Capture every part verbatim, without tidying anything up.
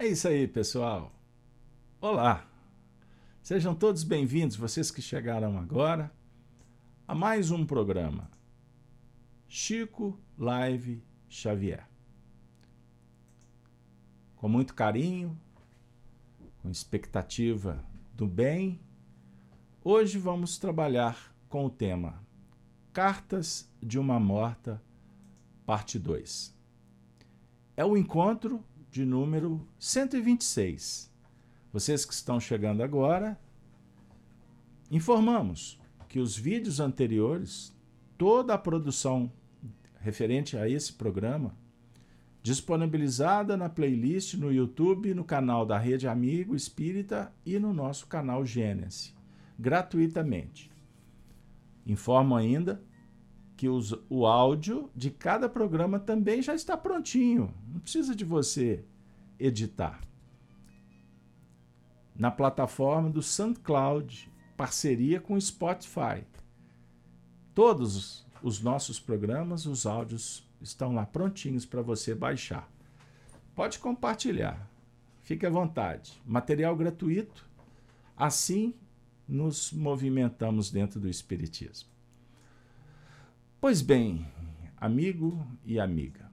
É isso aí, pessoal. Olá! Sejam todos bem-vindos, vocês que chegaram agora, a mais um programa Chico Live Xavier. Com muito carinho, com expectativa do bem, hoje vamos trabalhar com o tema Cartas de uma Morta, parte dois. É o encontro de número cento e vinte e seis. Vocês que estão chegando agora, informamos que os vídeos anteriores, toda a produção referente a esse programa, disponibilizada na playlist no YouTube, no canal da Rede Amigo Espírita e no nosso canal Gênesis, gratuitamente. Informo ainda que os, o áudio de cada programa também já está prontinho, não precisa de você editar. Na plataforma do SoundCloud, parceria com o Spotify. Todos os nossos programas, os áudios estão lá prontinhos para você baixar. Pode compartilhar, fique à vontade. Material gratuito, assim nos movimentamos dentro do Espiritismo. Pois bem, amigo e amiga,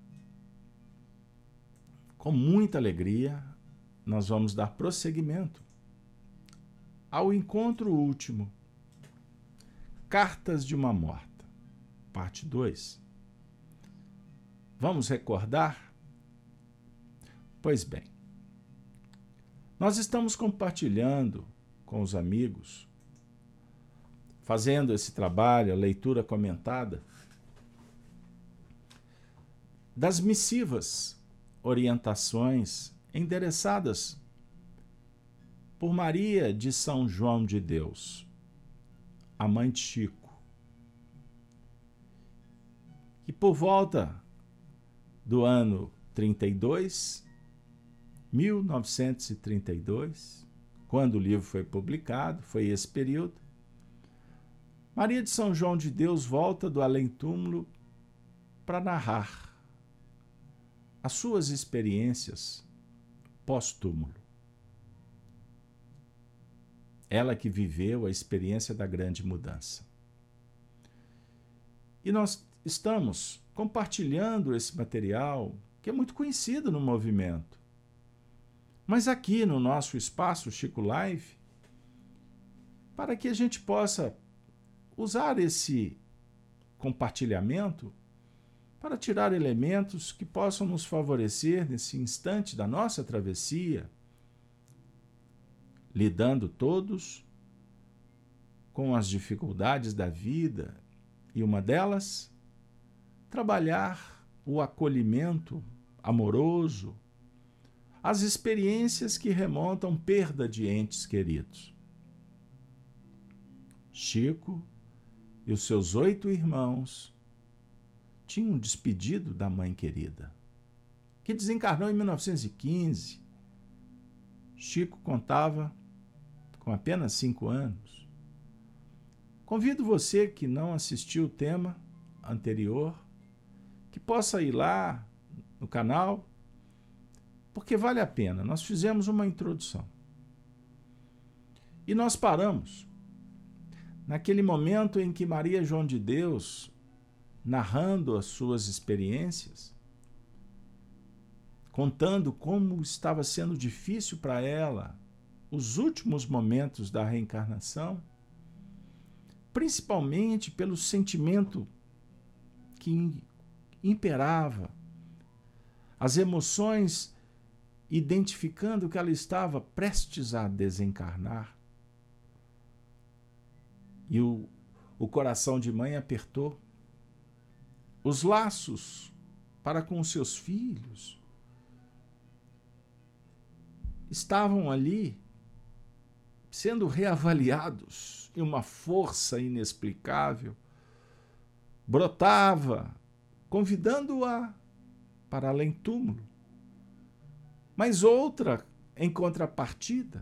com muita alegria, nós vamos dar prosseguimento ao encontro último, Cartas de uma Morta, parte dois. Vamos recordar? Pois bem, nós estamos compartilhando com os amigos, fazendo esse trabalho, a leitura comentada, das missivas orientações endereçadas por Maria de São João de Deus, a mãe de Chico, que por volta do ano trinta e dois, mil novecentos e trinta e dois, quando o livro foi publicado, foi esse período, Maria de São João de Deus volta do além-túmulo para narrar as suas experiências pós-túmulo. Ela que viveu a experiência da grande mudança. E nós estamos compartilhando esse material, que é muito conhecido no movimento. Mas aqui no nosso espaço Chico Live, para que a gente possa usar esse compartilhamento para tirar elementos que possam nos favorecer nesse instante da nossa travessia, lidando todos com as dificuldades da vida, e uma delas, trabalhar o acolhimento amoroso, as experiências que remontam perda de entes queridos. Chico e os seus oito irmãos tinham despedido da mãe querida, que desencarnou em mil novecentos e quinze. Chico contava com apenas cinco anos. Convido você que não assistiu o tema anterior, que possa ir lá no canal, porque vale a pena. Nós fizemos uma introdução. E nós paramos naquele momento em que Maria João de Deus, narrando as suas experiências, contando como estava sendo difícil para ela os últimos momentos da reencarnação, principalmente pelo sentimento que imperava, as emoções identificando que ela estava prestes a desencarnar. E o, o coração de mãe apertou. Os laços para com seus filhos estavam ali sendo reavaliados, e uma força inexplicável brotava, convidando-a para além-túmulo. Mas outra, em contrapartida,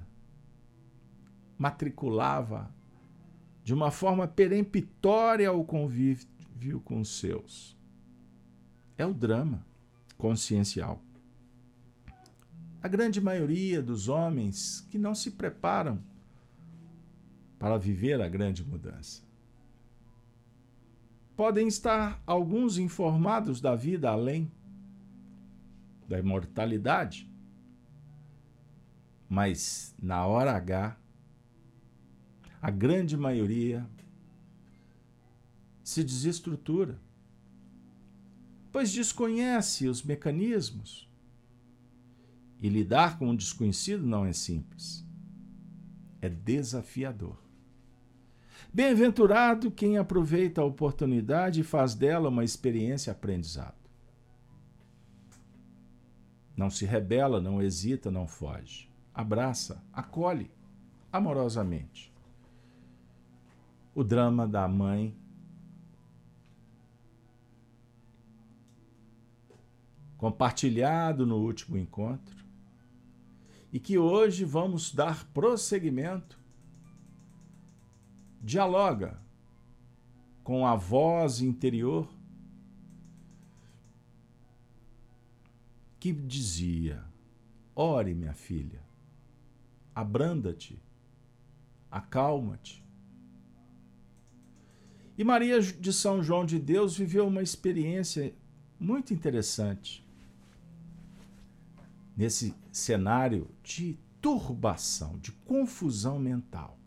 matriculava de uma forma peremptória o convívio com os seus. É o drama consciencial. A grande maioria dos homens que não se preparam para viver a grande mudança. Podem estar alguns informados da vida além da imortalidade, mas na hora H, a grande maioria se desestrutura, pois desconhece os mecanismos. E lidar com o desconhecido não é simples, é desafiador. Bem-aventurado quem aproveita a oportunidade e faz dela uma experiência aprendizado. Não se rebela, não hesita, não foge. Abraça, acolhe amorosamente. O drama da mãe compartilhado no último encontro e que hoje vamos dar prosseguimento, dialoga com a voz interior que dizia: ore, minha filha, abranda-te, acalma-te. E Maria de São João de Deus viveu uma experiência muito interessante nesse cenário de turbação, de confusão mental.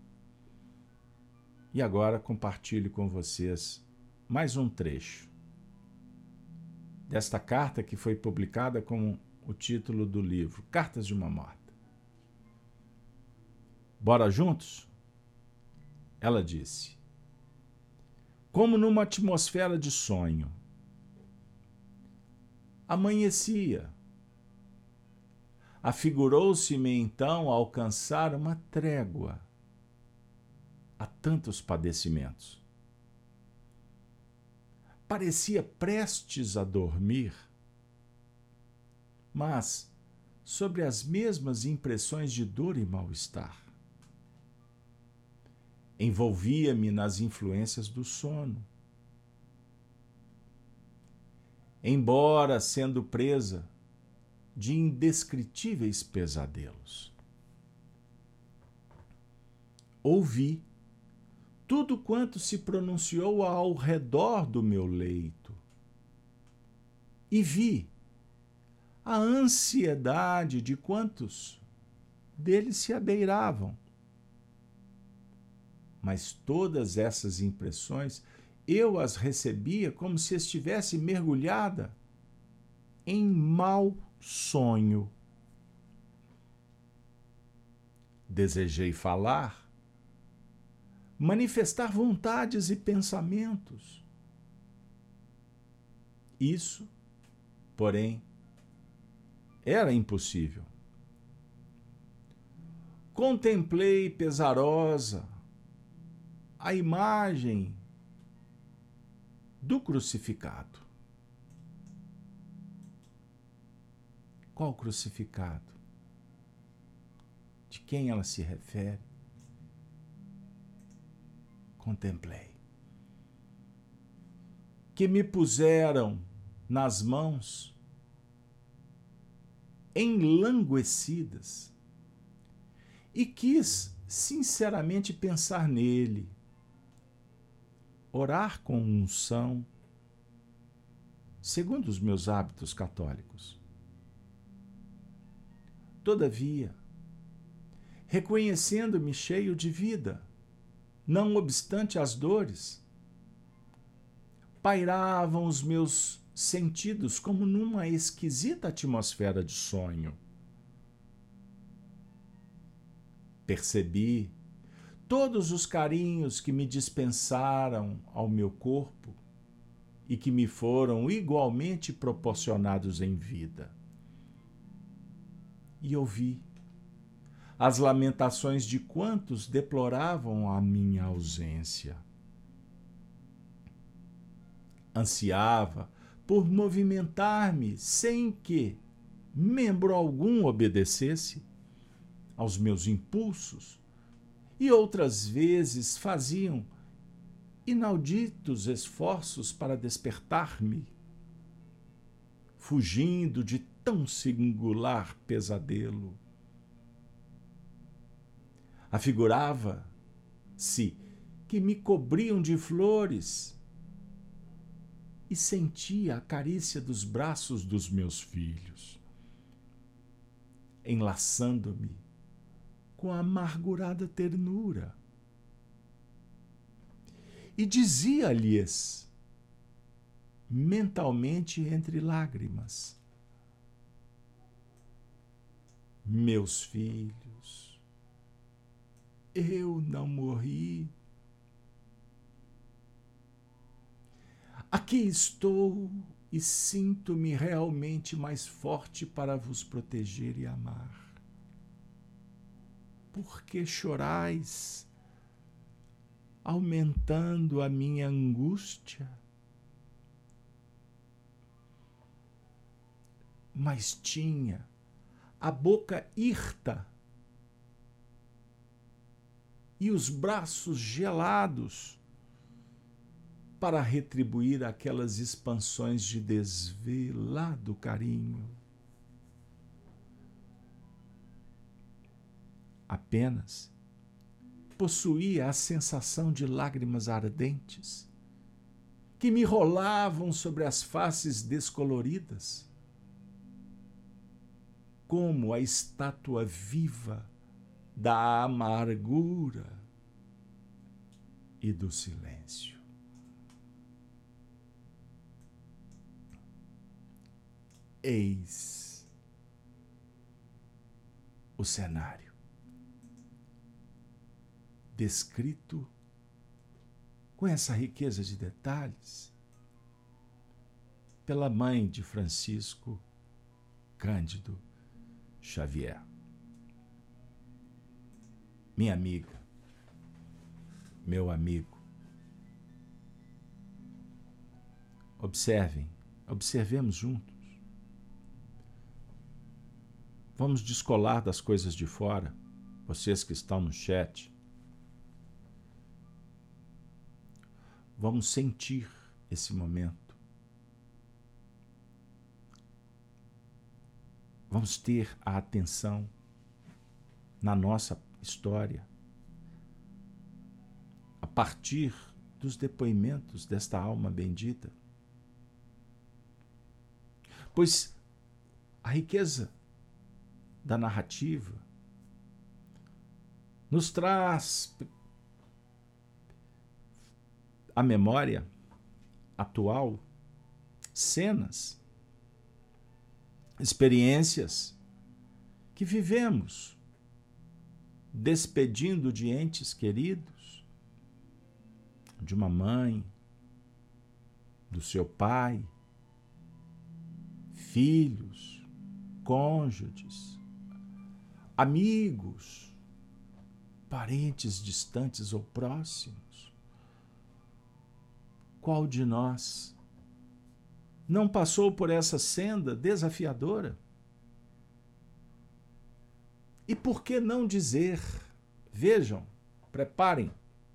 E agora compartilho com vocês mais um trecho desta carta que foi publicada com o título do livro Cartas de uma Morta. Bora juntos? Ela disse: como numa atmosfera de sonho, amanhecia. Afigurou-se-me então alcançar uma trégua a tantos padecimentos. Parecia prestes a dormir, mas sobre as mesmas impressões de dor e mal-estar. Envolvia-me nas influências do sono. Embora sendo presa de indescritíveis pesadelos. Ouvi tudo quanto se pronunciou ao redor do meu leito e vi a ansiedade de quantos deles se abeiravam. Mas todas essas impressões eu as recebia como se estivesse mergulhada em mau sonho. Desejei falar, manifestar vontades e pensamentos. Isso, porém, era impossível. Contemplei pesarosa a imagem do crucificado. Qual crucificado? De quem ela se refere? Contemplei. Que me puseram nas mãos, enlanguecidas, e quis sinceramente pensar nele, orar com unção, segundo os meus hábitos católicos. Todavia, reconhecendo-me cheio de vida, não obstante as dores, pairavam os meus sentidos como numa esquisita atmosfera de sonho. Percebi todos os carinhos que me dispensaram ao meu corpo e que me foram igualmente proporcionados em vida. E ouvi as lamentações de quantos deploravam a minha ausência. Ansiava por movimentar-me sem que membro algum obedecesse aos meus impulsos, e outras vezes faziam inauditos esforços para despertar-me, fugindo de tão singular pesadelo. Afigurava-se que me cobriam de flores e sentia a carícia dos braços dos meus filhos, enlaçando-me com amargurada ternura. E dizia-lhes, mentalmente entre lágrimas: meus filhos, eu não morri. Aqui estou e sinto-me realmente mais forte para vos proteger e amar. Por que chorais, aumentando a minha angústia? Mas tinha a boca hirta e os braços gelados para retribuir aquelas expansões de desvelado carinho. Apenas possuía a sensação de lágrimas ardentes que me rolavam sobre as faces descoloridas, como a estátua viva da amargura e do silêncio. Eis o cenário descrito com essa riqueza de detalhes pela mãe de Francisco Cândido Xavier. Minha amiga, meu amigo, observem, observemos juntos. Vamos descolar das coisas de fora, vocês que estão no chat. Vamos sentir esse momento. Vamos ter a atenção na nossa história, a partir dos depoimentos desta alma bendita. Pois a riqueza da narrativa nos traz à memória atual cenas, experiências que vivemos, despedindo de entes queridos, de uma mãe, do seu pai, filhos, cônjuges, amigos, parentes distantes ou próximos. Qual de nós não passou por essa senda desafiadora? E por que não dizer, vejam, preparem,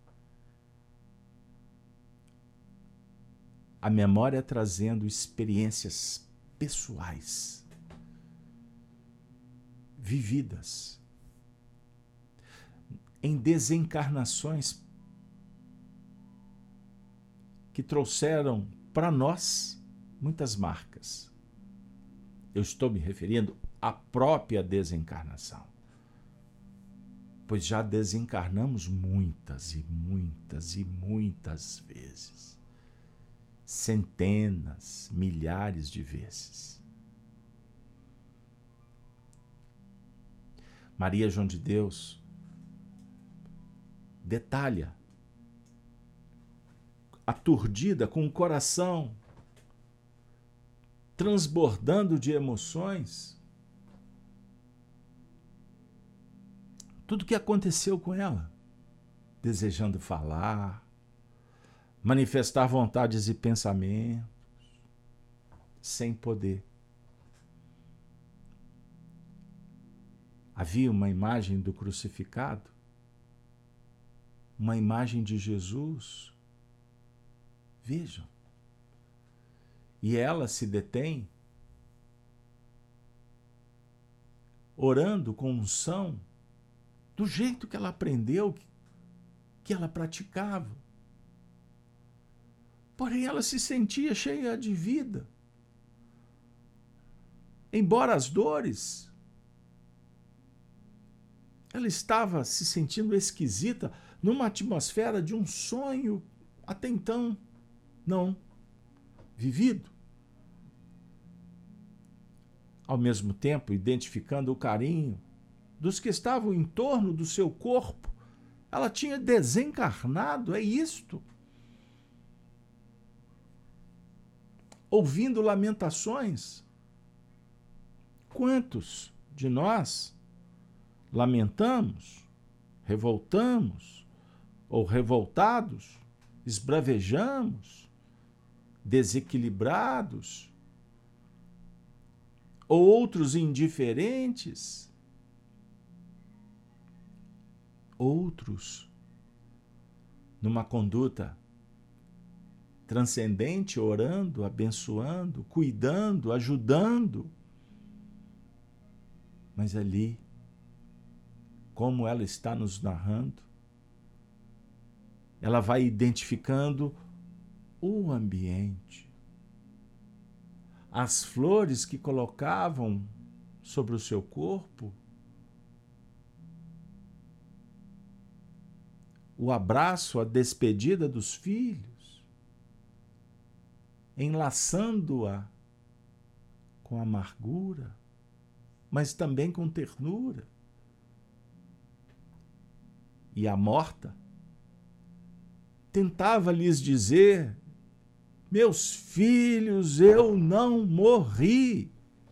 a memória trazendo experiências pessoais, vividas, em desencarnações que trouxeram para nós muitas marcas. Eu estou me referindo à própria desencarnação, pois já desencarnamos muitas e muitas e muitas vezes, centenas, milhares de vezes. Maria João de Deus detalha, aturdida, com o coração transbordando de emoções, tudo o que aconteceu com ela, desejando falar, manifestar vontades e pensamentos, sem poder. Havia uma imagem do crucificado, uma imagem de Jesus. Vejam. E ela se detém orando com unção, do jeito que ela aprendeu, que ela praticava. Porém, ela se sentia cheia de vida. Embora as dores, ela estava se sentindo esquisita numa atmosfera de um sonho até então não vivido. Ao mesmo tempo, identificando o carinho dos que estavam em torno do seu corpo, ela tinha desencarnado, é isto. Ouvindo lamentações. Quantos de nós lamentamos, revoltamos, ou revoltados, esbravejamos, desequilibrados, ou outros indiferentes, outros numa conduta transcendente, orando, abençoando, cuidando, ajudando. Mas ali, como ela está nos narrando, ela vai identificando o ambiente, as flores que colocavam sobre o seu corpo, o abraço, a despedida dos filhos, enlaçando-a com amargura, mas também com ternura. E a morta tentava lhes dizer: meus filhos, eu não morri.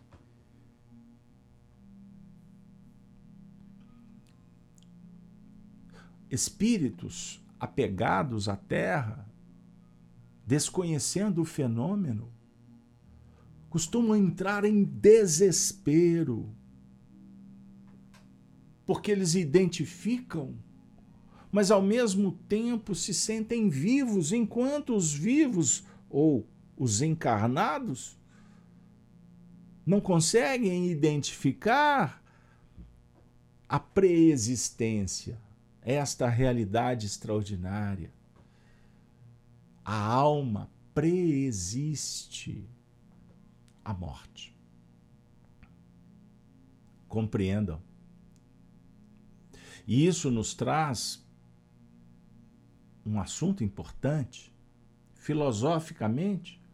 Espíritos apegados à terra, desconhecendo o fenômeno, costumam entrar em desespero, porque eles identificam, mas ao mesmo tempo se sentem vivos, enquanto os vivos ou os encarnados não conseguem identificar a preexistência, esta realidade extraordinária. A alma preexiste à morte. Compreendam. E isso nos traz um assunto importante. Filosoficamente,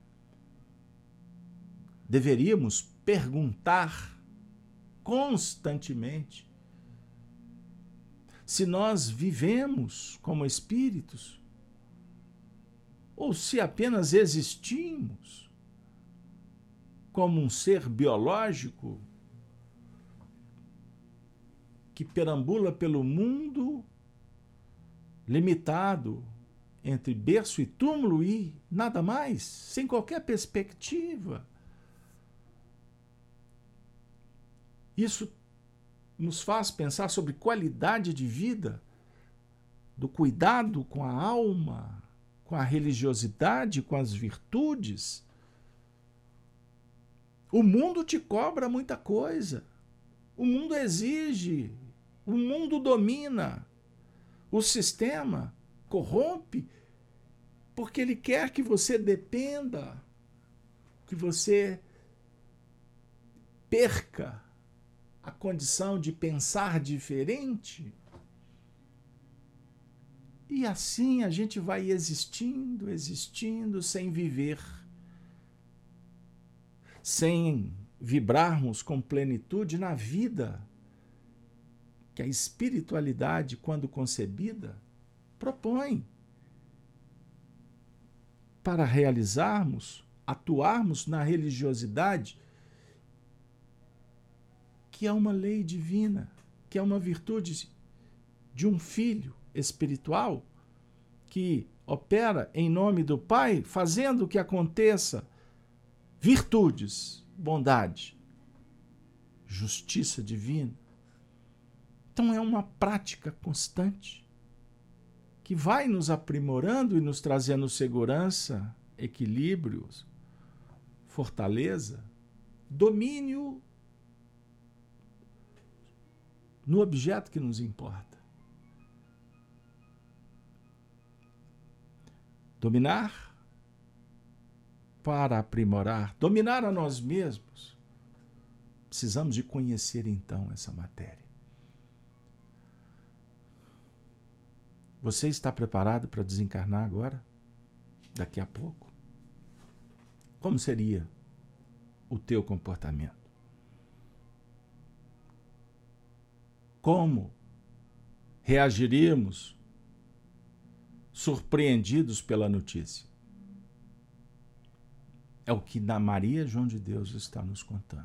deveríamos perguntar constantemente se nós vivemos como espíritos ou se apenas existimos como um ser biológico que perambula pelo mundo limitado entre berço e túmulo e nada mais, sem qualquer perspectiva. Isso nos faz pensar sobre qualidade de vida, do cuidado com a alma, com a religiosidade, com as virtudes. O mundo te cobra muita coisa. O mundo exige, o mundo domina. O sistema corrompe porque ele quer que você dependa, que você perca a condição de pensar diferente. E assim a gente vai existindo, existindo, sem viver, sem vibrarmos com plenitude na vida que a espiritualidade, quando concebida, propõe para realizarmos, atuarmos na religiosidade, que é uma lei divina, que é uma virtude de um filho espiritual que opera em nome do Pai, fazendo que aconteça virtudes, bondade, justiça divina. Então é uma prática constante que vai nos aprimorando e nos trazendo segurança, equilíbrio, fortaleza, domínio no objeto que nos importa. Dominar para aprimorar, dominar a nós mesmos. Precisamos de conhecer então essa matéria. Você está preparado para desencarnar agora? Daqui a pouco? Como seria o teu comportamento? Como reagiríamos surpreendidos pela notícia? É o que na Maria João de Deus está nos contando.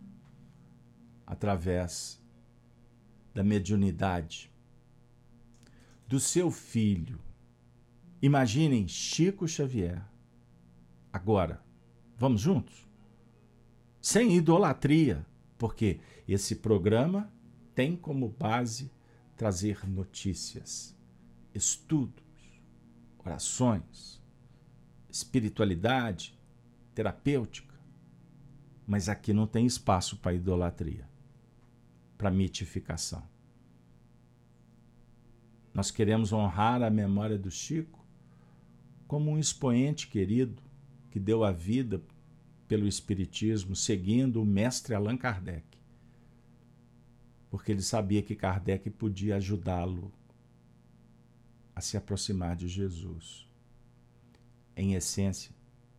Através da mediunidade do seu filho. Imaginem Chico Xavier. Agora, vamos juntos? Sem idolatria, porque esse programa tem como base trazer notícias, estudos, orações, espiritualidade, terapêutica. Mas aqui não tem espaço para idolatria, para mitificação. Nós queremos honrar a memória do Chico como um expoente querido que deu a vida pelo Espiritismo, seguindo o mestre Allan Kardec. Porque ele sabia que Kardec podia ajudá-lo a se aproximar de Jesus. Em essência,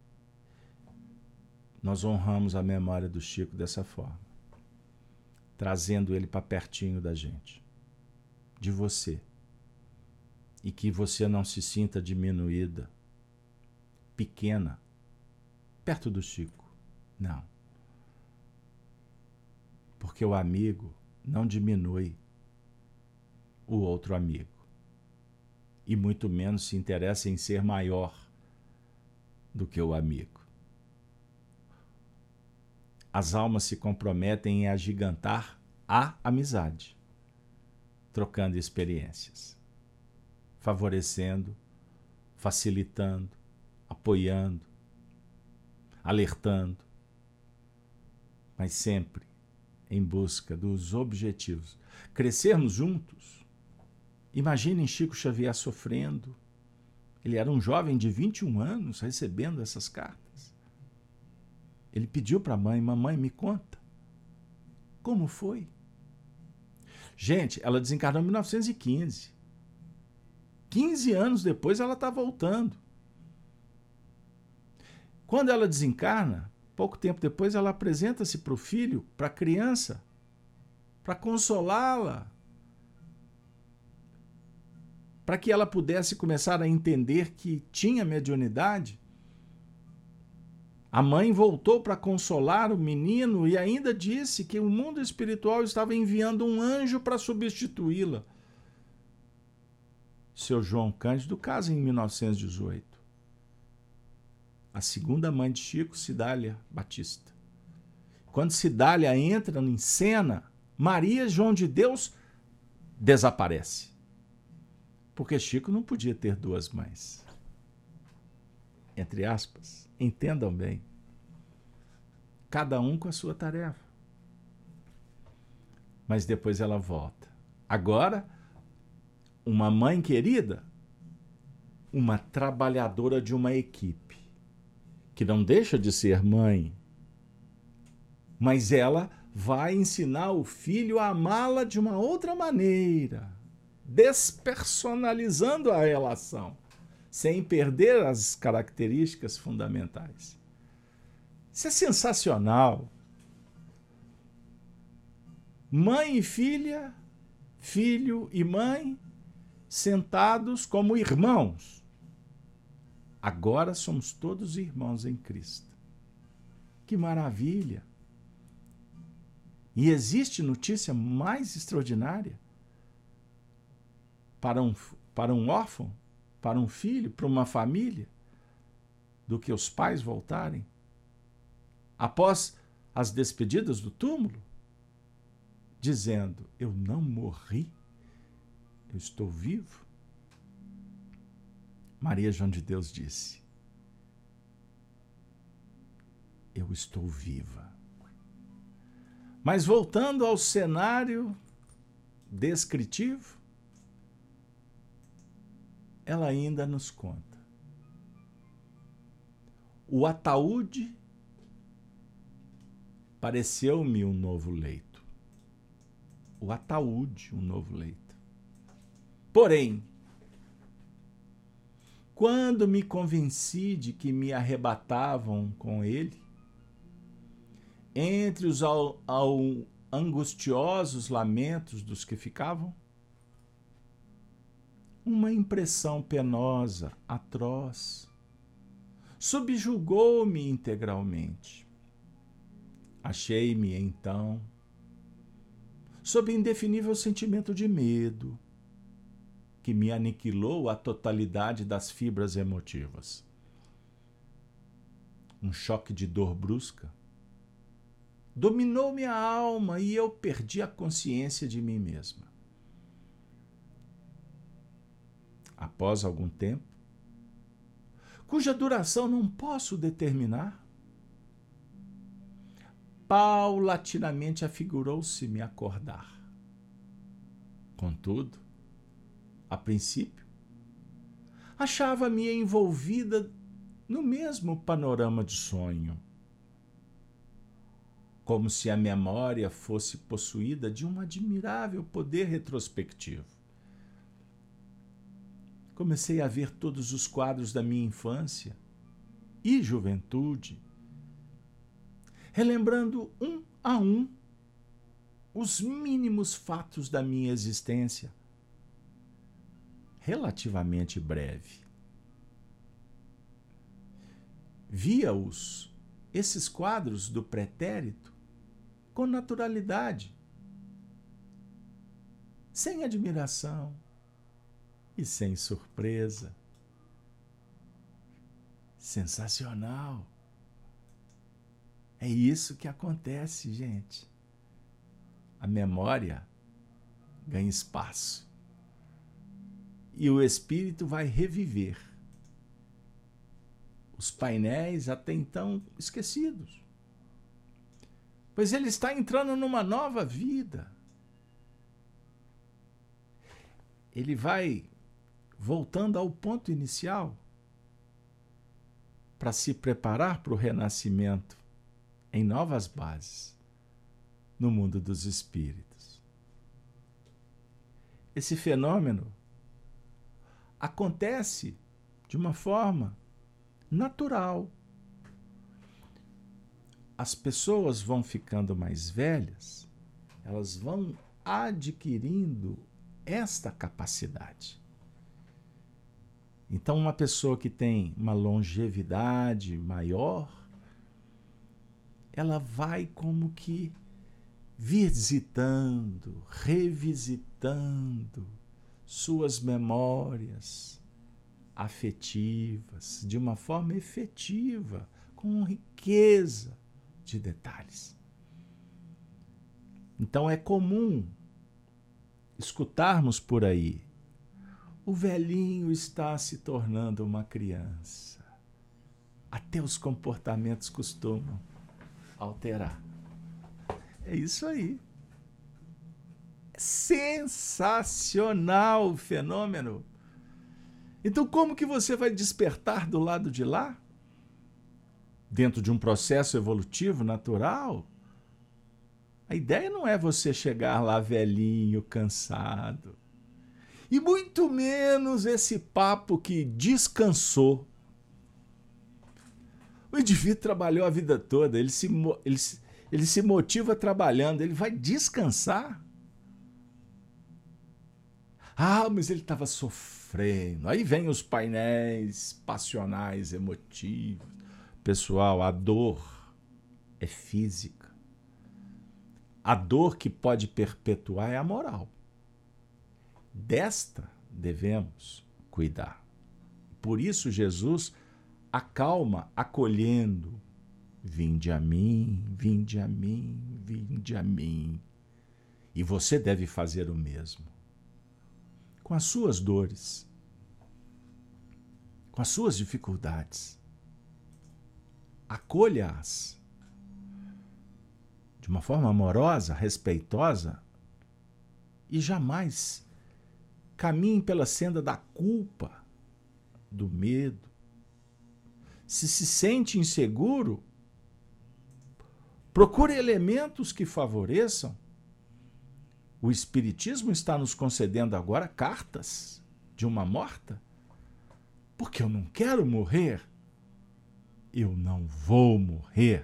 nós honramos a memória do Chico dessa forma, trazendo ele para pertinho da gente, de você. E que você não se sinta diminuída, pequena, perto do Chico. Não. Porque o amigo não diminui o outro amigo. E muito menos se interessa em ser maior do que o amigo. As almas se comprometem em agigantar a amizade, trocando experiências, favorecendo, facilitando, apoiando, alertando, mas sempre em busca dos objetivos. Crescermos juntos. Imaginem Chico Xavier sofrendo. Ele era um jovem de vinte e um anos recebendo essas cartas. Ele pediu para a mãe: mamãe, me conta, como foi? Gente, ela desencarnou em mil novecentos e quinze. quinze anos depois ela está voltando. Quando ela desencarna, pouco tempo depois ela apresenta-se para o filho, para a criança, para consolá-la, para que ela pudesse começar a entender que tinha mediunidade. A mãe voltou para consolar o menino e ainda disse que o mundo espiritual estava enviando um anjo para substituí-la. Seu João Cândido casa em mil novecentos e dezoito. A segunda mãe de Chico, Cidália Batista. Quando Cidália entra em cena, Maria João de Deus desaparece. Porque Chico não podia ter duas mães. Entre aspas, entendam bem. Cada um com a sua tarefa. Mas depois ela volta. Agora, uma mãe querida, uma trabalhadora de uma equipe, que não deixa de ser mãe, mas ela vai ensinar o filho a amá-la de uma outra maneira, despersonalizando a relação, sem perder as características fundamentais. Isso é sensacional. Mãe e filha, filho e mãe, sentados como irmãos. Agora somos todos irmãos em Cristo. Que maravilha! E existe notícia mais extraordinária para um, para um órfão, para um filho, para uma família, do que os pais voltarem após as despedidas do túmulo, dizendo: eu não morri, eu estou vivo. Maria João de Deus disse: eu estou viva. Mas voltando ao cenário descritivo, ela ainda nos conta. O ataúde pareceu-me um novo leito. O ataúde, um novo leito. Porém, quando me convenci de que me arrebatavam com ele, entre os ao, ao angustiosos lamentos dos que ficavam, uma impressão penosa, atroz, subjugou-me integralmente. Achei-me, então, sob indefinível sentimento de medo, que me aniquilou a totalidade das fibras emotivas. Um choque de dor brusca dominou minha alma e eu perdi a consciência de mim mesma. Após algum tempo, cuja duração não posso determinar, paulatinamente afigurou-se-me acordar. Contudo, a princípio, achava-me envolvida no mesmo panorama de sonho, como se a memória fosse possuída de um admirável poder retrospectivo. Comecei a ver todos os quadros da minha infância e juventude, relembrando um a um os mínimos fatos da minha existência, relativamente breve. Via-os, esses quadros do pretérito, com naturalidade, sem admiração e sem surpresa. Sensacional! É isso que acontece, gente. A memória ganha espaço e o espírito vai reviver os painéis até então esquecidos, pois ele está entrando numa nova vida. Ele vai voltando ao ponto inicial para se preparar para o renascimento em novas bases no mundo dos espíritos. Esse fenômeno acontece de uma forma natural. As pessoas vão ficando mais velhas, elas vão adquirindo esta capacidade. Então, uma pessoa que tem uma longevidade maior, ela vai como que visitando, revisitando suas memórias afetivas de uma forma efetiva, com riqueza de detalhes. Então é comum escutarmos por aí: o velhinho está se tornando uma criança. Até os comportamentos costumam alterar. É isso aí. É sensacional o fenômeno. Então, como que você vai despertar do lado de lá? Dentro de um processo evolutivo natural? A ideia não é você chegar lá velhinho, cansado. E muito menos esse papo que descansou. O indivíduo trabalhou a vida toda, ele se, ele, ele se motiva trabalhando, ele vai descansar? Ah, mas ele estava sofrendo. Aí vem os painéis passionais, emotivos. Pessoal, a dor é física. A dor que pode perpetuar é a moral. Desta devemos cuidar. Por isso Jesus acalma acolhendo: vinde a mim, vinde a mim, vinde a mim. E você deve fazer o mesmo. Com as suas dores, com as suas dificuldades. Acolha-as de uma forma amorosa, respeitosa, e jamais caminhe pela senda da culpa, do medo. Se se sente inseguro, procure elementos que favoreçam. O Espiritismo está nos concedendo agora cartas de uma morta, porque eu não quero morrer. Eu não vou morrer.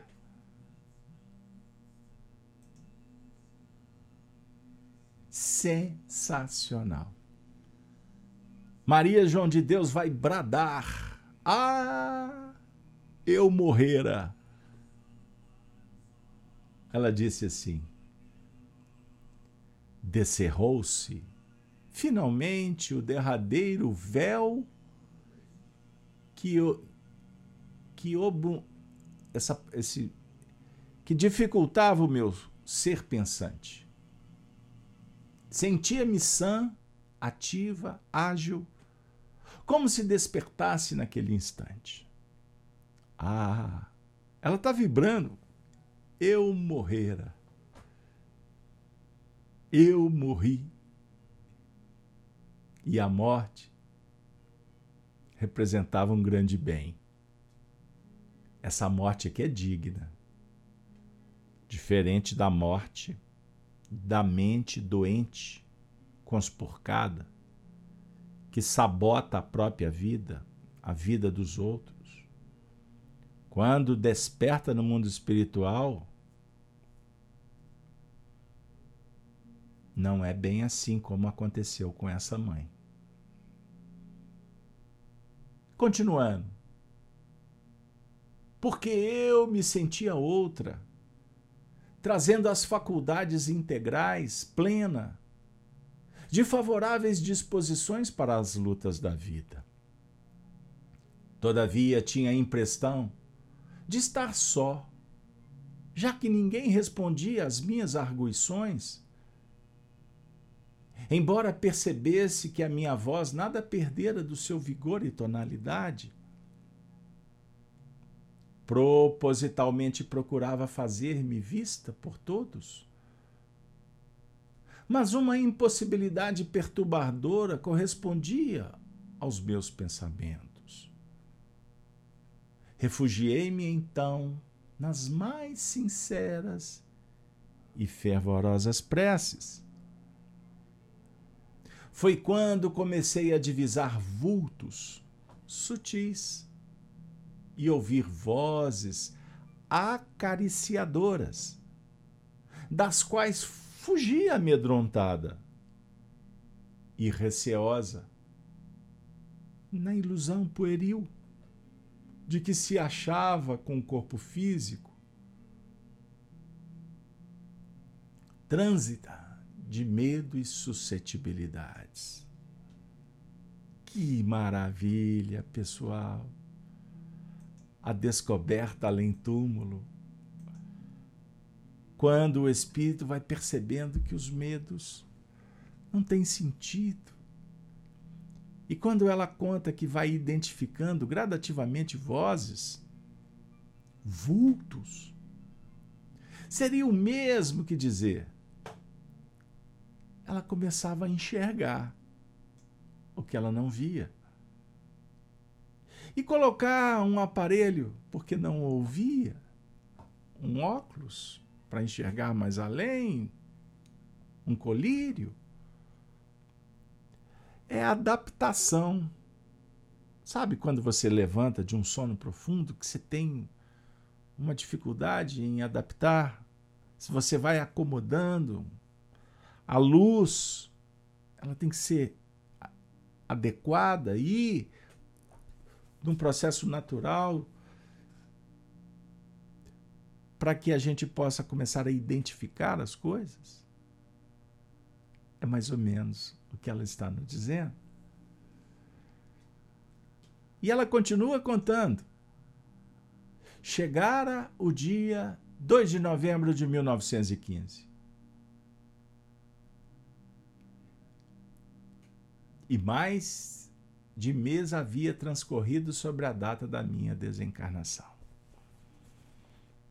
Sensacional. Maria João de Deus vai bradar: ah, eu morrera. Ela disse assim: descerrou-se finalmente o derradeiro véu que, que, ob, essa, esse, que dificultava o meu ser pensante. Sentia-me sã, ativa, ágil, como se despertasse naquele instante. Ah, ela está vibrando. Eu morrera. Eu morri. E a morte representava um grande bem. Essa morte aqui é digna. Diferente da morte da mente doente, conspurcada, que sabota a própria vida, a vida dos outros. Quando desperta no mundo espiritual, não é bem assim como aconteceu com essa mãe. Continuando. Porque eu me sentia outra, trazendo as faculdades integrais, plena, de favoráveis disposições para as lutas da vida. Todavia, tinha a impressão de estar só, já que ninguém respondia às minhas arguições. Embora percebesse que a minha voz nada perdera do seu vigor e tonalidade, propositalmente procurava fazer-me vista por todos. Mas uma impossibilidade perturbadora correspondia aos meus pensamentos. Refugiei-me então nas mais sinceras e fervorosas preces. Foi quando comecei a divisar vultos sutis e ouvir vozes acariciadoras, das quais fugia amedrontada e receosa, na ilusão pueril de que se achava com o corpo físico, trânsita de medo e suscetibilidades. Que maravilha, pessoal! A descoberta além túmulo, quando o espírito vai percebendo que os medos não têm sentido. E quando ela conta que vai identificando gradativamente vozes, vultos, seria o mesmo que dizer, ela começava a enxergar o que ela não via. E colocar um aparelho, porque não ouvia, um óculos para enxergar mais além, um colírio, é adaptação. Sabe quando você levanta de um sono profundo, que você tem uma dificuldade em adaptar? Se você vai acomodando, a luz, ela tem que ser adequada e num processo natural para que a gente possa começar a identificar as coisas. É mais ou menos o que ela está nos dizendo. E ela continua contando. Chegara o dia dois de novembro de mil novecentos e quinze. E mais de mês havia transcorrido sobre a data da minha desencarnação.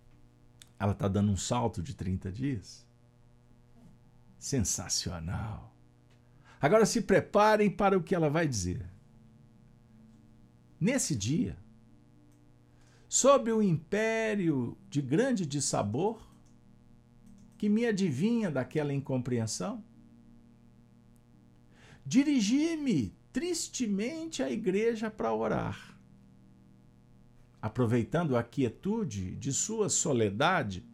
Ela está dando um salto de trinta dias? Sensacional! Agora se preparem para o que ela vai dizer. Nesse dia, sob o império de grande dissabor, que me adivinha daquela incompreensão, dirigi-me tristemente à igreja para orar. Aproveitando a quietude de sua soledade,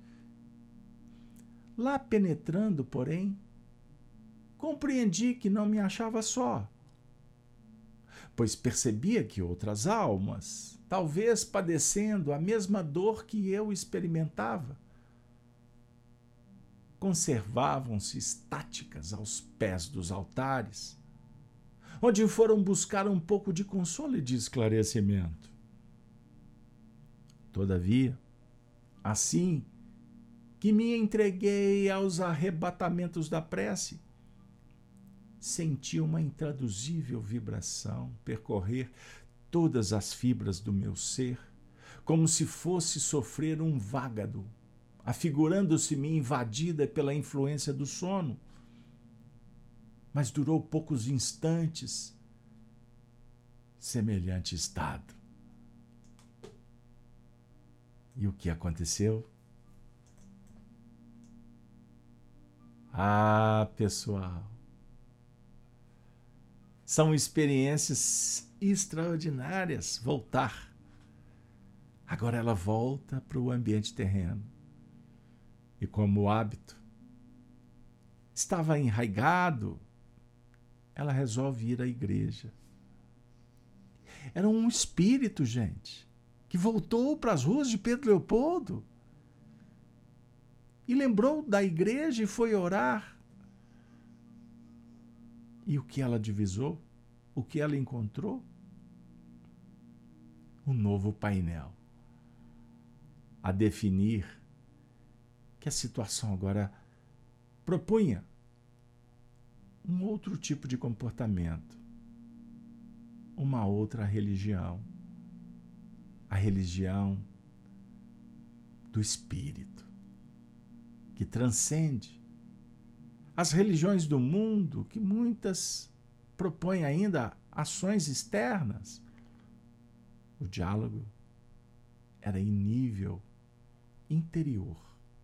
lá penetrando, porém, compreendi que não me achava só, pois percebia que outras almas, talvez padecendo a mesma dor que eu experimentava, conservavam-se estáticas aos pés dos altares, onde foram buscar um pouco de consolo e de esclarecimento. Todavia, assim que me entreguei aos arrebatamentos da prece, senti uma intraduzível vibração percorrer todas as fibras do meu ser, como se fosse sofrer um vágado, afigurando-se-me invadida pela influência do sono. Mas durou poucos instantes semelhante estado. E o que aconteceu? Ah, pessoal, são experiências extraordinárias voltar. Agora ela volta para o ambiente terreno. E como o hábito estava enraigado, ela resolve ir à igreja. Era um espírito, gente, que voltou para as ruas de Pedro Leopoldo e lembrou da igreja e foi orar. E o que ela divisou? O que ela encontrou? Um novo painel a definir que a situação agora propunha um outro tipo de comportamento, uma outra religião, a religião do espírito, que transcende as religiões do mundo, que muitas propõem ainda ações externas. O diálogo era em nível interior,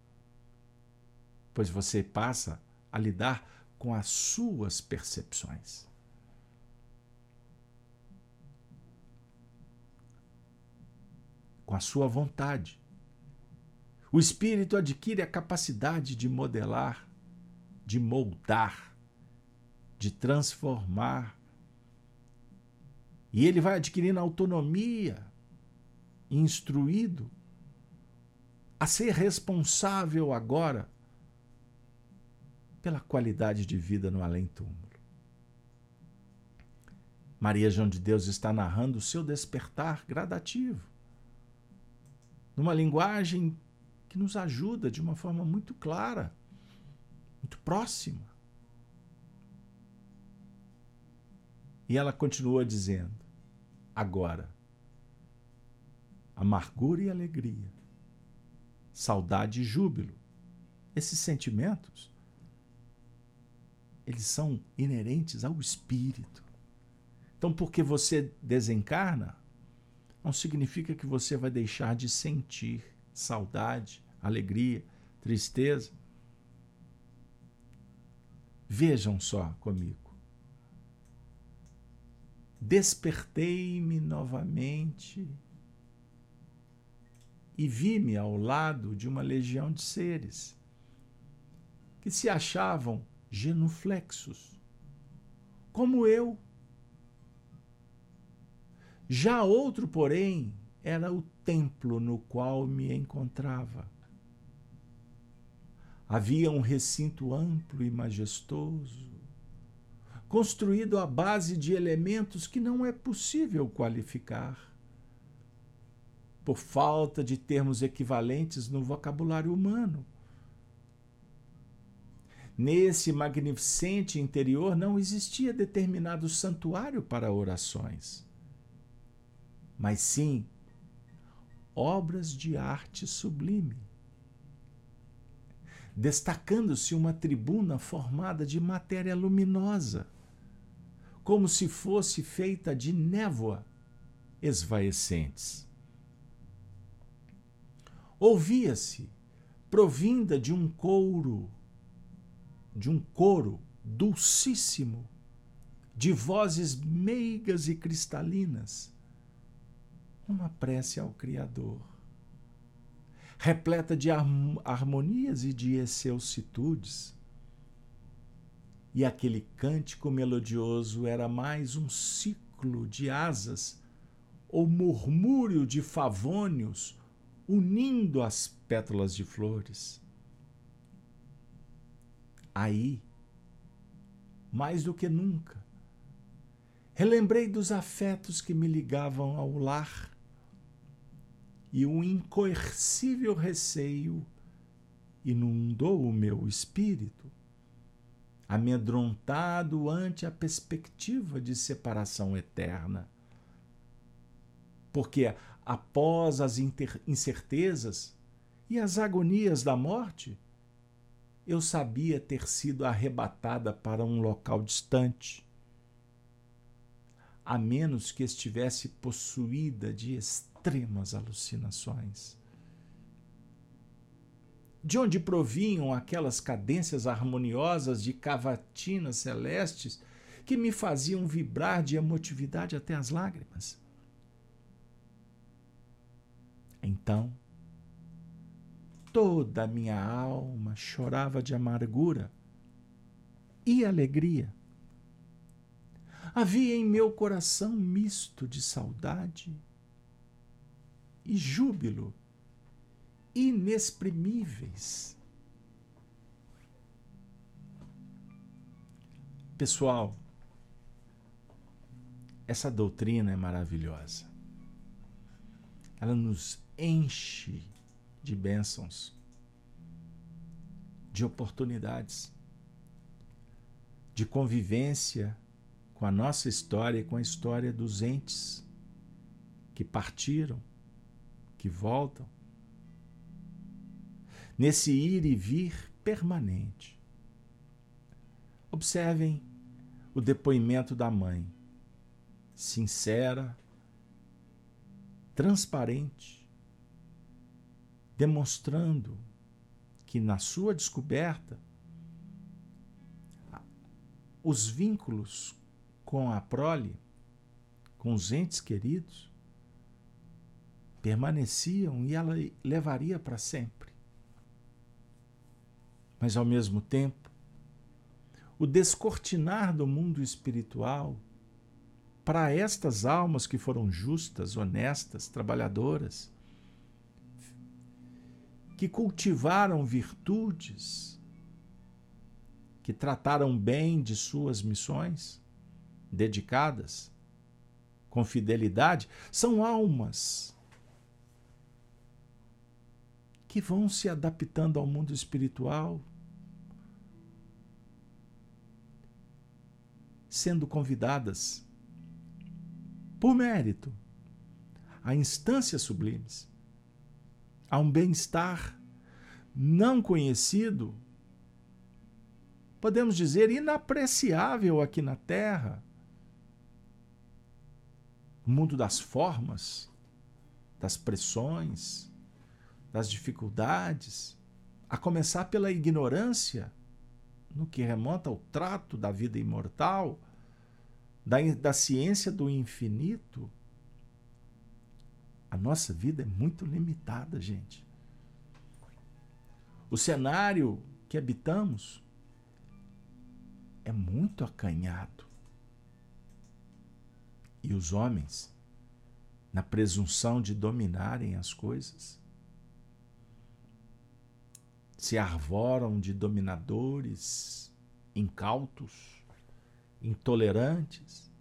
pois você passa a lidar com as suas percepções. Com a sua vontade. O espírito adquire a capacidade de modelar, de moldar, de transformar. E ele vai adquirindo autonomia, instruído a ser responsável agora pela qualidade de vida no além-túmulo. Maria João de Deus está narrando o seu despertar gradativo, numa linguagem que nos ajuda de uma forma muito clara, muito próxima. E ela continua dizendo, agora, amargura e alegria, saudade e júbilo, esses sentimentos, eles são inerentes ao espírito. Então, porque você desencarna, não significa que você vai deixar de sentir saudade, alegria, tristeza. Vejam só comigo. Despertei-me novamente e vi-me ao lado de uma legião de seres que se achavam genuflexos, como eu. Já outro, porém, era o templo no qual me encontrava. Havia um recinto amplo e majestoso, construído à base de elementos que não é possível qualificar, por falta de termos equivalentes no vocabulário humano. Nesse magnificente interior não existia determinado santuário para orações, mas sim obras de arte sublime, destacando-se uma tribuna formada de matéria luminosa, como se fosse feita de névoa esvaecentes. Ouvia-se, provinda de um coro, de um coro dulcíssimo, de vozes meigas e cristalinas, uma prece ao Criador, repleta de harmonias e de excelsitudes. E aquele cântico melodioso era mais um ciclo de asas ou murmúrio de favônios unindo as pétalas de flores. Aí, mais do que nunca, relembrei dos afetos que me ligavam ao lar e um incoercível receio inundou o meu espírito, amedrontado ante a perspectiva de separação eterna. Porque após as incertezas e as agonias da morte, eu sabia ter sido arrebatada para um local distante, a menos que estivesse possuída de extremas alucinações. De onde provinham aquelas cadências harmoniosas de cavatinas celestes que me faziam vibrar de emotividade até as lágrimas? Então, toda a minha alma chorava de amargura e alegria. Havia em meu coração um misto de saudade e júbilo inexprimíveis. Pessoal, essa doutrina é maravilhosa. Ela nos enche de bênçãos, de oportunidades, de convivência com a nossa história e com a história dos entes que partiram, que voltam, nesse ir e vir permanente. Observem o depoimento da mãe, sincera, transparente, demonstrando que na sua descoberta os vínculos com a prole, com os entes queridos, permaneciam e ela levaria para sempre. Mas, ao mesmo tempo, o descortinar do mundo espiritual para estas almas que foram justas, honestas, trabalhadoras, que cultivaram virtudes, que trataram bem de suas missões, dedicadas, com fidelidade, são almas que vão se adaptando ao mundo espiritual, sendo convidadas, por mérito, a instâncias sublimes, a um bem-estar não conhecido, podemos dizer inapreciável aqui na Terra, o mundo das formas, das pressões, das dificuldades, a começar pela ignorância, no que remonta ao trato da vida imortal, da, da ciência do infinito. A nossa vida é muito limitada, gente. O cenário que habitamos é muito acanhado. E os homens, na presunção de dominarem as coisas, se arvoram de dominadores, incautos, intolerantes,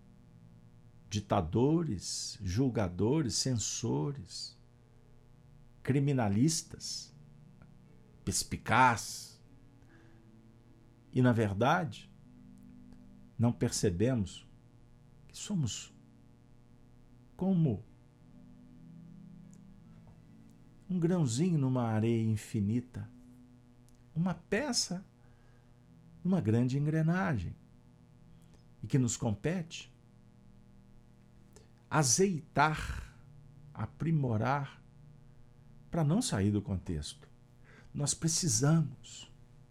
ditadores, julgadores, censores, criminalistas, perspicazes. E, na verdade, não percebemos que somos como um grãozinho numa areia infinita, uma peça numa grande engrenagem. e que nos compete azeitar, aprimorar, para não sair do contexto. Nós precisamos.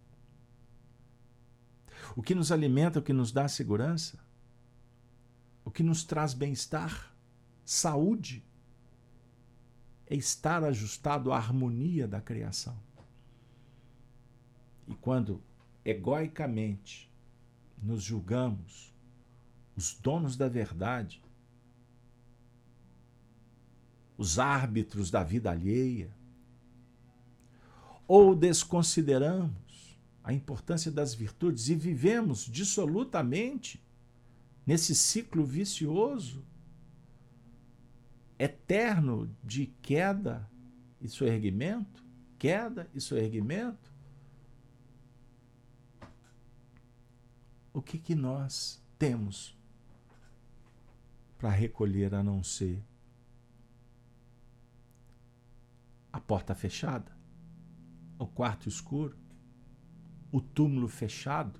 O que nos alimenta, o que nos dá segurança, o que nos traz bem-estar, saúde, é estar ajustado à harmonia da criação. E quando egoicamente nos julgamos os donos da verdade, os árbitros da vida alheia, ou desconsideramos a importância das virtudes e vivemos dissolutamente nesse ciclo vicioso, eterno de queda e soerguimento, queda e soerguimento, o que que nós temos para recolher a não ser a porta fechada, o quarto escuro, o túmulo fechado,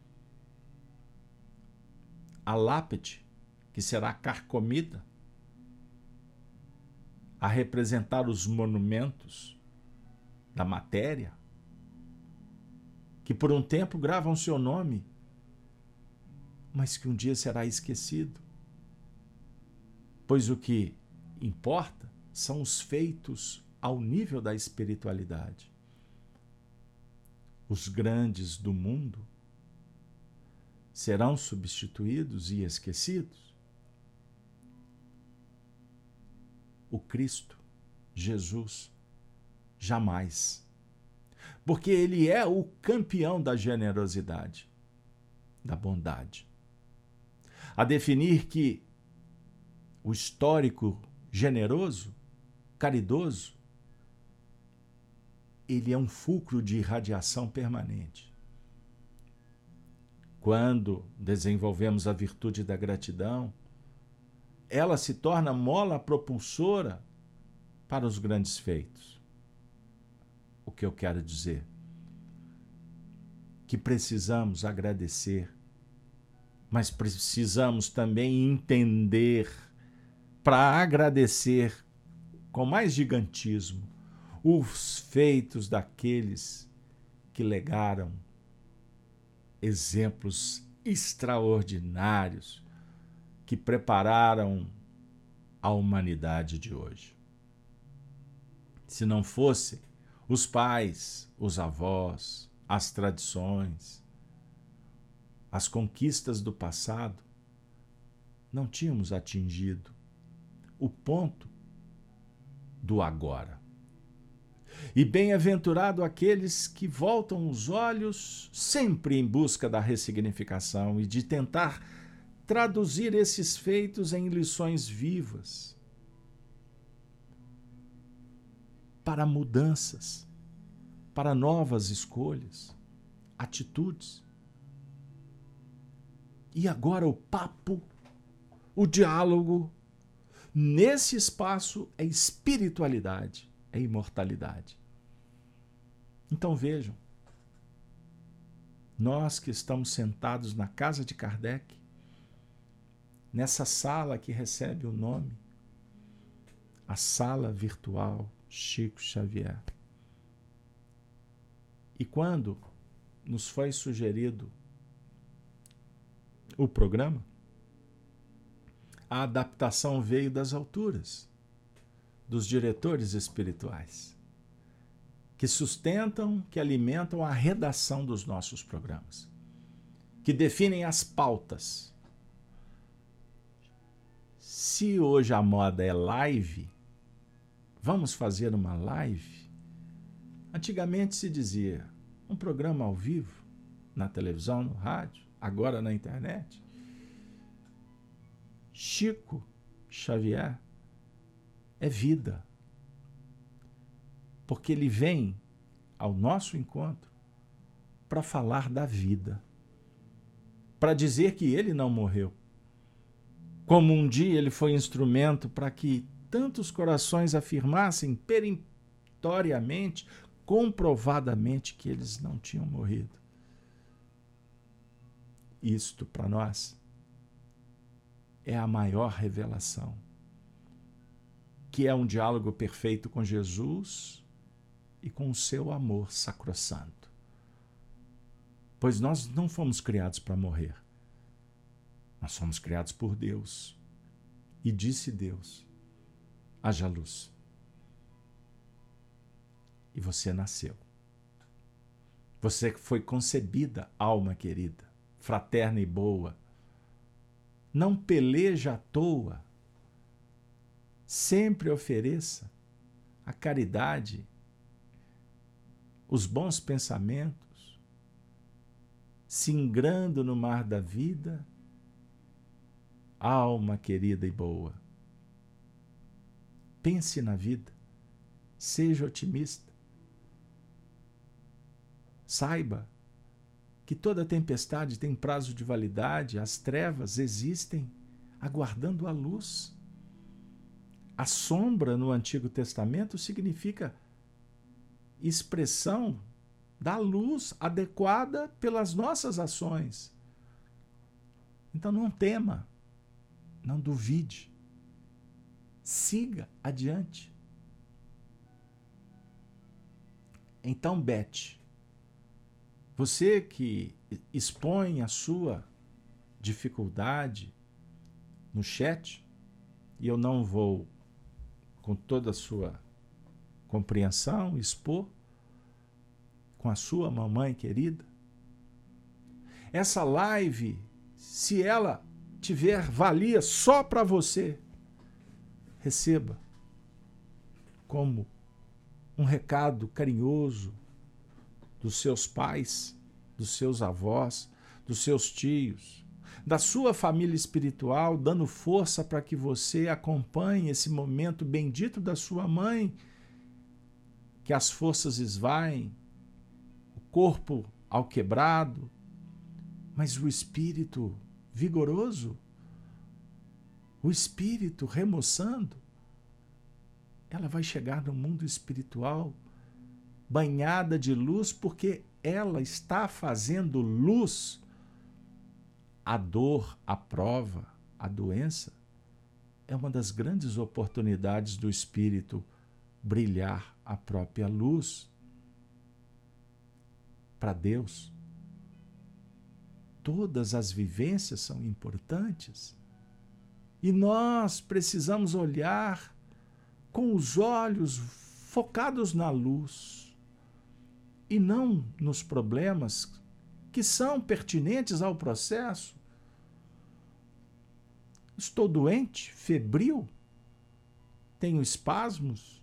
a lápide que será carcomida, a representar os monumentos da matéria, que por um tempo gravam seu nome, mas que um dia será esquecido. Pois o que importa são os feitos ao nível da espiritualidade. Os grandes do mundo serão substituídos e esquecidos. O Cristo, Jesus, jamais. Porque ele é o campeão da generosidade, da bondade. A definir que o histórico generoso, caridoso, ele é um fulcro de irradiação permanente. Quando desenvolvemos a virtude da gratidão, ela se torna mola propulsora para os grandes feitos. O que eu quero dizer? Que precisamos agradecer, mas precisamos também entender, para agradecer com mais gigantismo, os feitos daqueles que legaram exemplos extraordinários que prepararam a humanidade de hoje. Se não fossem os pais, os avós, as tradições, as conquistas do passado, não tínhamos atingido o ponto do agora. E bem-aventurado aqueles que voltam os olhos sempre em busca da ressignificação e de tentar traduzir esses feitos em lições vivas para mudanças, para novas escolhas, atitudes. E agora o papo, o diálogo, nesse espaço é espiritualidade, é imortalidade. Então vejam, nós que estamos sentados na casa de Kardec, nessa sala que recebe o nome, a sala virtual Chico Xavier. E quando nos foi sugerido o programa, a adaptação veio das alturas, dos diretores espirituais, que sustentam, que alimentam a redação dos nossos programas, que definem as pautas. Se hoje a moda é live, vamos fazer uma live? Antigamente se dizia um programa ao vivo, na televisão, no rádio, agora na internet. Chico Xavier é vida, porque ele vem ao nosso encontro para falar da vida, para dizer que ele não morreu. Como um dia ele foi instrumento para que tantos corações afirmassem peremptoriamente, comprovadamente, que eles não tinham morrido. Isto, para nós, é a maior revelação, que é um diálogo perfeito com Jesus e com o seu amor sacrossanto. Pois nós não fomos criados para morrer. Nós fomos criados por Deus. E disse Deus: haja luz. E você nasceu. Você foi concebida, alma querida, fraterna e boa. Não peleja à toa. Sempre ofereça a caridade, os bons pensamentos, singrando no mar da vida, alma querida e boa. Pense na vida, seja otimista. Saiba que toda tempestade tem prazo de validade, as trevas existem aguardando a luz. A sombra no Antigo Testamento significa expressão da luz adequada pelas nossas ações. Então não tema, não duvide, siga adiante. Então, Beth, você que expõe a sua dificuldade no chat, e eu não vou, com toda a sua compreensão, expor, com a sua mamãe querida, essa live, se ela tiver valia só para você, receba como um recado carinhoso dos seus pais, dos seus avós, dos seus tios, da sua família espiritual, dando força para que você acompanhe esse momento bendito da sua mãe, que as forças esvaem, o corpo ao quebrado, mas o espírito vigoroso, o espírito remoçando, ela vai chegar no mundo espiritual banhada de luz, porque ela está fazendo luz. A dor, a prova, a doença é uma das grandes oportunidades do espírito brilhar a própria luz para Deus. Todas as vivências são importantes e nós precisamos olhar com os olhos focados na luz e não nos problemas que são pertinentes ao processo. Estou doente, febril, tenho espasmos,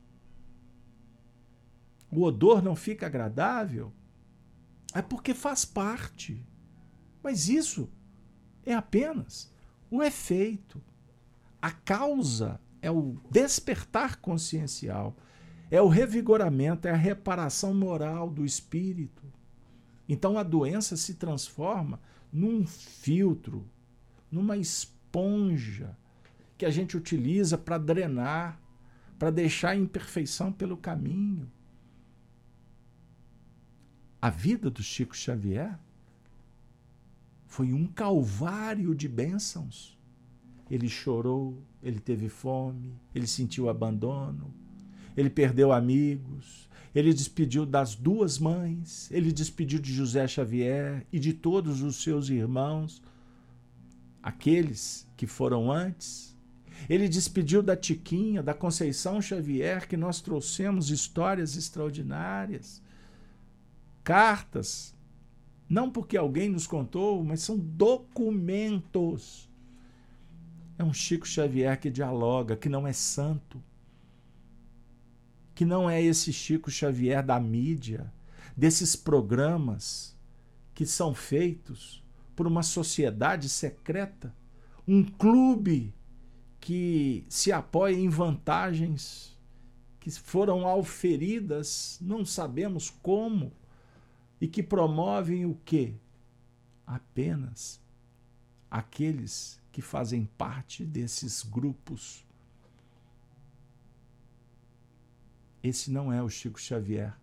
o odor não fica agradável, é porque faz parte. Mas isso é apenas o efeito. A causa é o despertar consciencial, é o revigoramento, é a reparação moral do espírito. Então a doença se transforma num filtro, numa esponja que a gente utiliza para drenar, para deixar a imperfeição pelo caminho. A vida do Chico Xavier foi um calvário de bênçãos. Ele chorou, ele teve fome, ele sentiu abandono, ele perdeu amigos, ele despediu das duas mães, ele despediu de José Xavier e de todos os seus irmãos, aqueles que foram antes. Ele despediu da Tiquinha, da Conceição Xavier, que nós trouxemos histórias extraordinárias, cartas, não porque alguém nos contou, mas são documentos. É um Chico Xavier que dialoga, que não é santo, que não é esse Chico Xavier da mídia, desses programas que são feitos por uma sociedade secreta, um clube que se apoia em vantagens que foram auferidas, não sabemos como, e que promovem o quê? Apenas aqueles que fazem parte desses grupos. Esse não é o Chico Xavier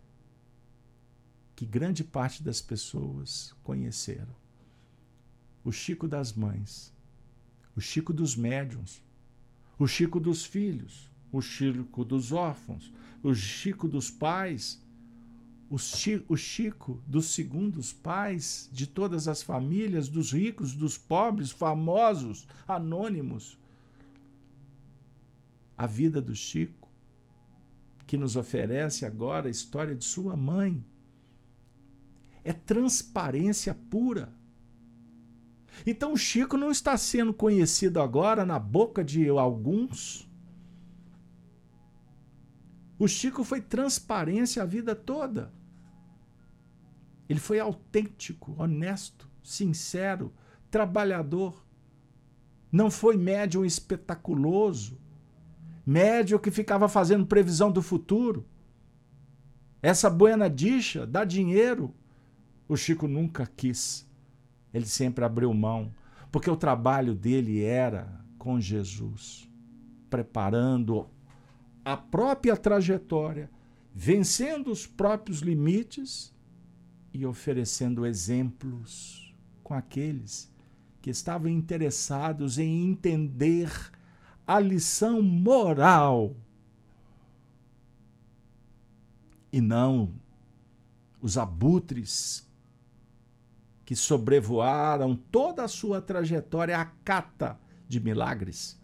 que grande parte das pessoas conheceram. O Chico das Mães, o Chico dos médiuns, o Chico dos filhos, o Chico dos órfãos, o Chico dos pais, o Chico, o Chico dos segundos pais, de todas as famílias, dos ricos, dos pobres, famosos, anônimos. A vida do Chico, que nos oferece agora a história de sua mãe, é transparência pura. Então o Chico não está sendo conhecido agora na boca de alguns. O Chico foi transparência a vida toda. Ele foi autêntico, honesto, sincero, trabalhador. Não foi médium espetaculoso, médium que ficava fazendo previsão do futuro. Essa buena dicha, dá dinheiro, o Chico nunca quis. Ele sempre abriu mão, porque o trabalho dele era com Jesus, preparando a própria trajetória, vencendo os próprios limites e oferecendo exemplos com aqueles que estavam interessados em entender a lição moral e não os abutres que sobrevoaram toda a sua trajetória à cata de milagres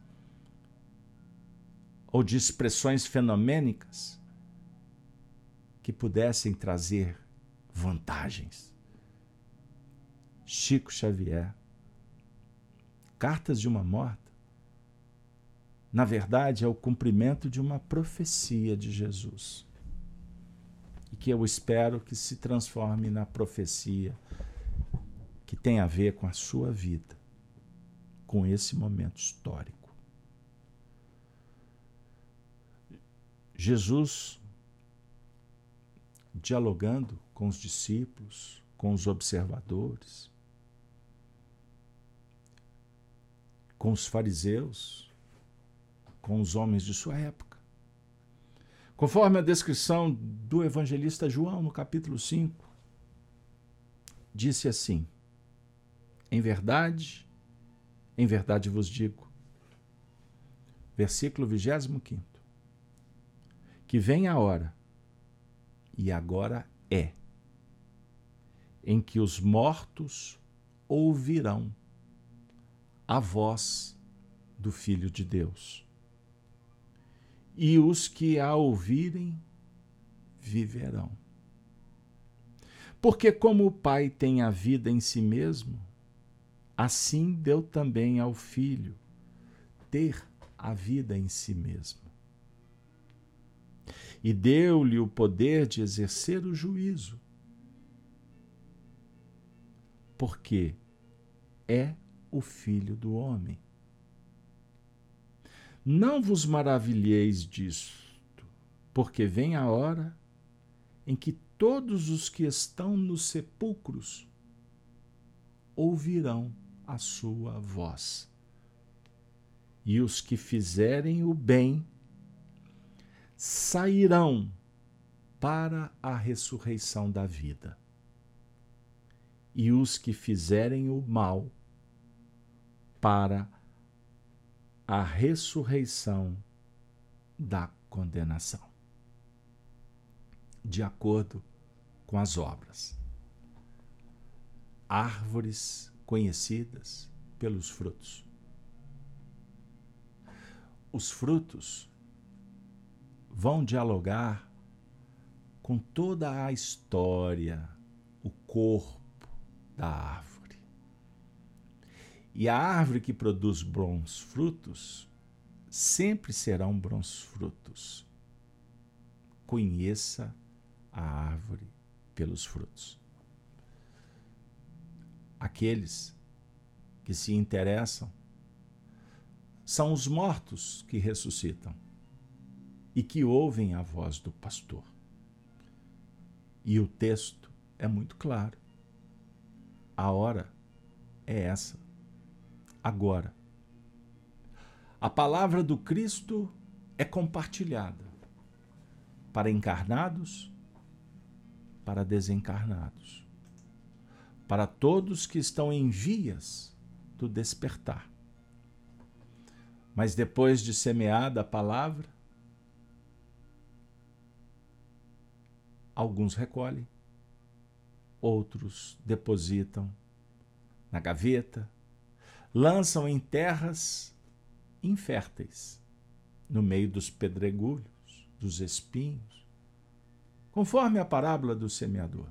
ou de expressões fenomênicas que pudessem trazer vantagens. Chico Xavier, Cartas de uma Morta, na verdade é o cumprimento de uma profecia de Jesus, e que eu espero que se transforme na profecia que tem a ver com a sua vida, com esse momento histórico. Jesus, dialogando com os discípulos, com os observadores, com os fariseus, com os homens de sua época. Conforme a descrição do evangelista João, no capítulo cinco, disse assim: em verdade, em verdade vos digo, versículo vigésimo quinto, que vem a hora, e agora é, em que os mortos ouvirão a voz do Filho de Deus, e os que a ouvirem viverão. Porque como o Pai tem a vida em si mesmo, assim deu também ao Filho ter a vida em si mesmo. E deu-lhe o poder de exercer o juízo, porque é o Filho do homem. Não vos maravilheis disto, porque vem a hora em que todos os que estão nos sepulcros ouvirão a sua voz. E os que fizerem o bem sairão para a ressurreição da vida. E os que fizerem o mal para a ressurreição da condenação, de acordo com as obras. Árvores conhecidas pelos frutos. Os frutos vão dialogar com toda a história, o corpo da árvore. E a árvore que produz bons frutos sempre serão bons frutos. Conheça a árvore pelos frutos. Aqueles que se interessam são os mortos que ressuscitam e que ouvem a voz do pastor. E o texto é muito claro. A hora é essa, agora. A palavra do Cristo é compartilhada para encarnados, para desencarnados, para todos que estão em vias do despertar, Mas depois de semeada a palavra, alguns recolhem, outros depositam na gaveta, lançam em terras inférteis, no meio dos pedregulhos, dos espinhos, conforme a parábola do semeador.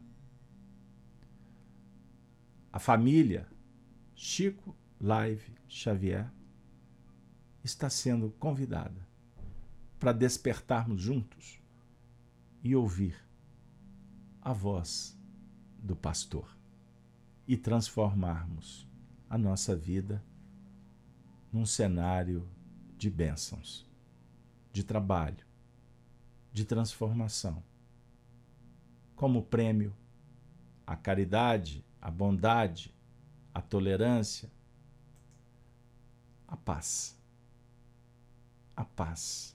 A família Chico Live Xavier está sendo convidada para despertarmos juntos e ouvir a voz do pastor e transformarmos a nossa vida num cenário de bênçãos, de trabalho, de transformação. Como prêmio, a caridade, a bondade, a tolerância, a paz. A paz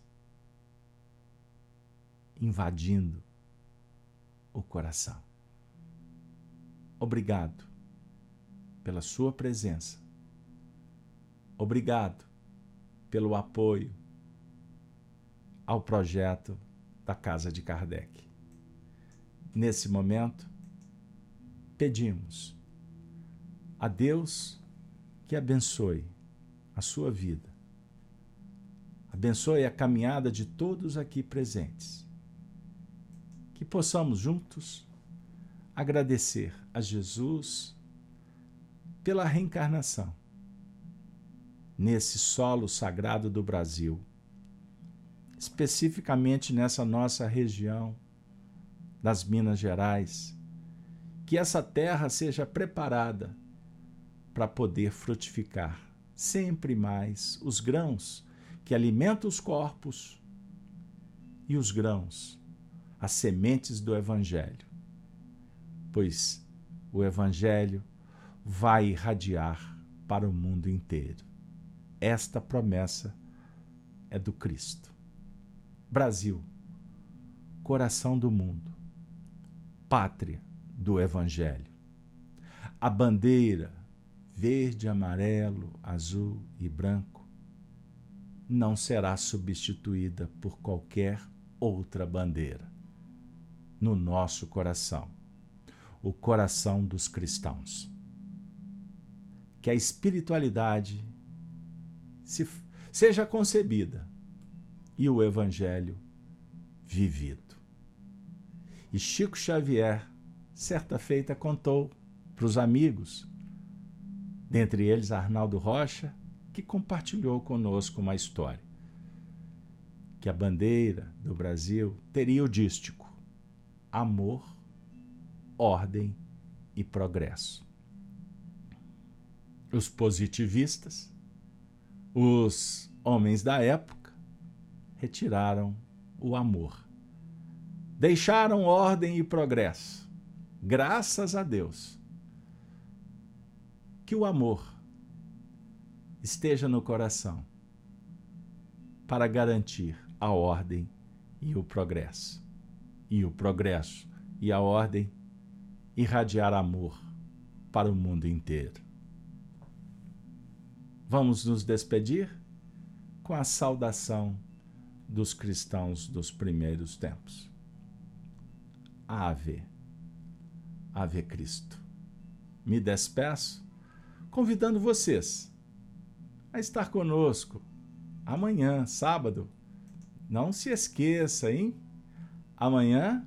invadindo o coração. Obrigado pela sua presença. Obrigado pelo apoio ao projeto da Casa de Kardec. Nesse momento, pedimos a Deus que abençoe a sua vida, abençoe a caminhada de todos aqui presentes, que possamos juntos agradecer a Jesus pela reencarnação nesse solo sagrado do Brasil, especificamente nessa nossa região das Minas Gerais, que essa terra seja preparada para poder frutificar sempre mais os grãos que alimentam os corpos e os grãos, as sementes do Evangelho, pois o Evangelho vai irradiar para o mundo inteiro. Esta promessa é do Cristo. Brasil, coração do mundo, pátria do Evangelho. A bandeira verde, amarelo, azul e branco não será substituída por qualquer outra bandeira no nosso coração, o coração dos cristãos. Que a espiritualidade se, seja concebida e o Evangelho vivido. E Chico Xavier, certa feita, contou para os amigos, dentre eles Arnaldo Rocha, que compartilhou conosco uma história, que a bandeira do Brasil teria o dístico amor, ordem e progresso. Os positivistas, os homens da época, retiraram o amor. Deixaram ordem e progresso. Graças a Deus. Que o amor esteja no coração para garantir a ordem e o progresso. E o progresso e a ordem irradiar amor para o mundo inteiro. Vamos nos despedir com a saudação dos cristãos dos primeiros tempos. Ave, Ave Cristo. Me despeço convidando vocês a estar conosco amanhã, sábado. Não se esqueça, hein? Amanhã,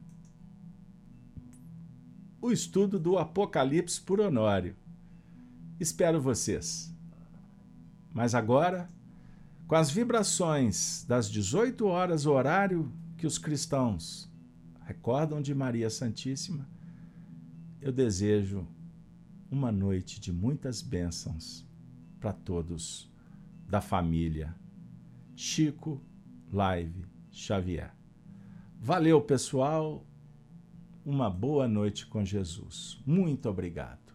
o estudo do Apocalipse por Honório. Espero vocês. Mas agora, com as vibrações das dezoito horas, o horário que os cristãos recordam de Maria Santíssima, eu desejo uma noite de muitas bênçãos para todos da família Chico Live Xavier. Valeu, pessoal. Uma boa noite com Jesus. Muito obrigado.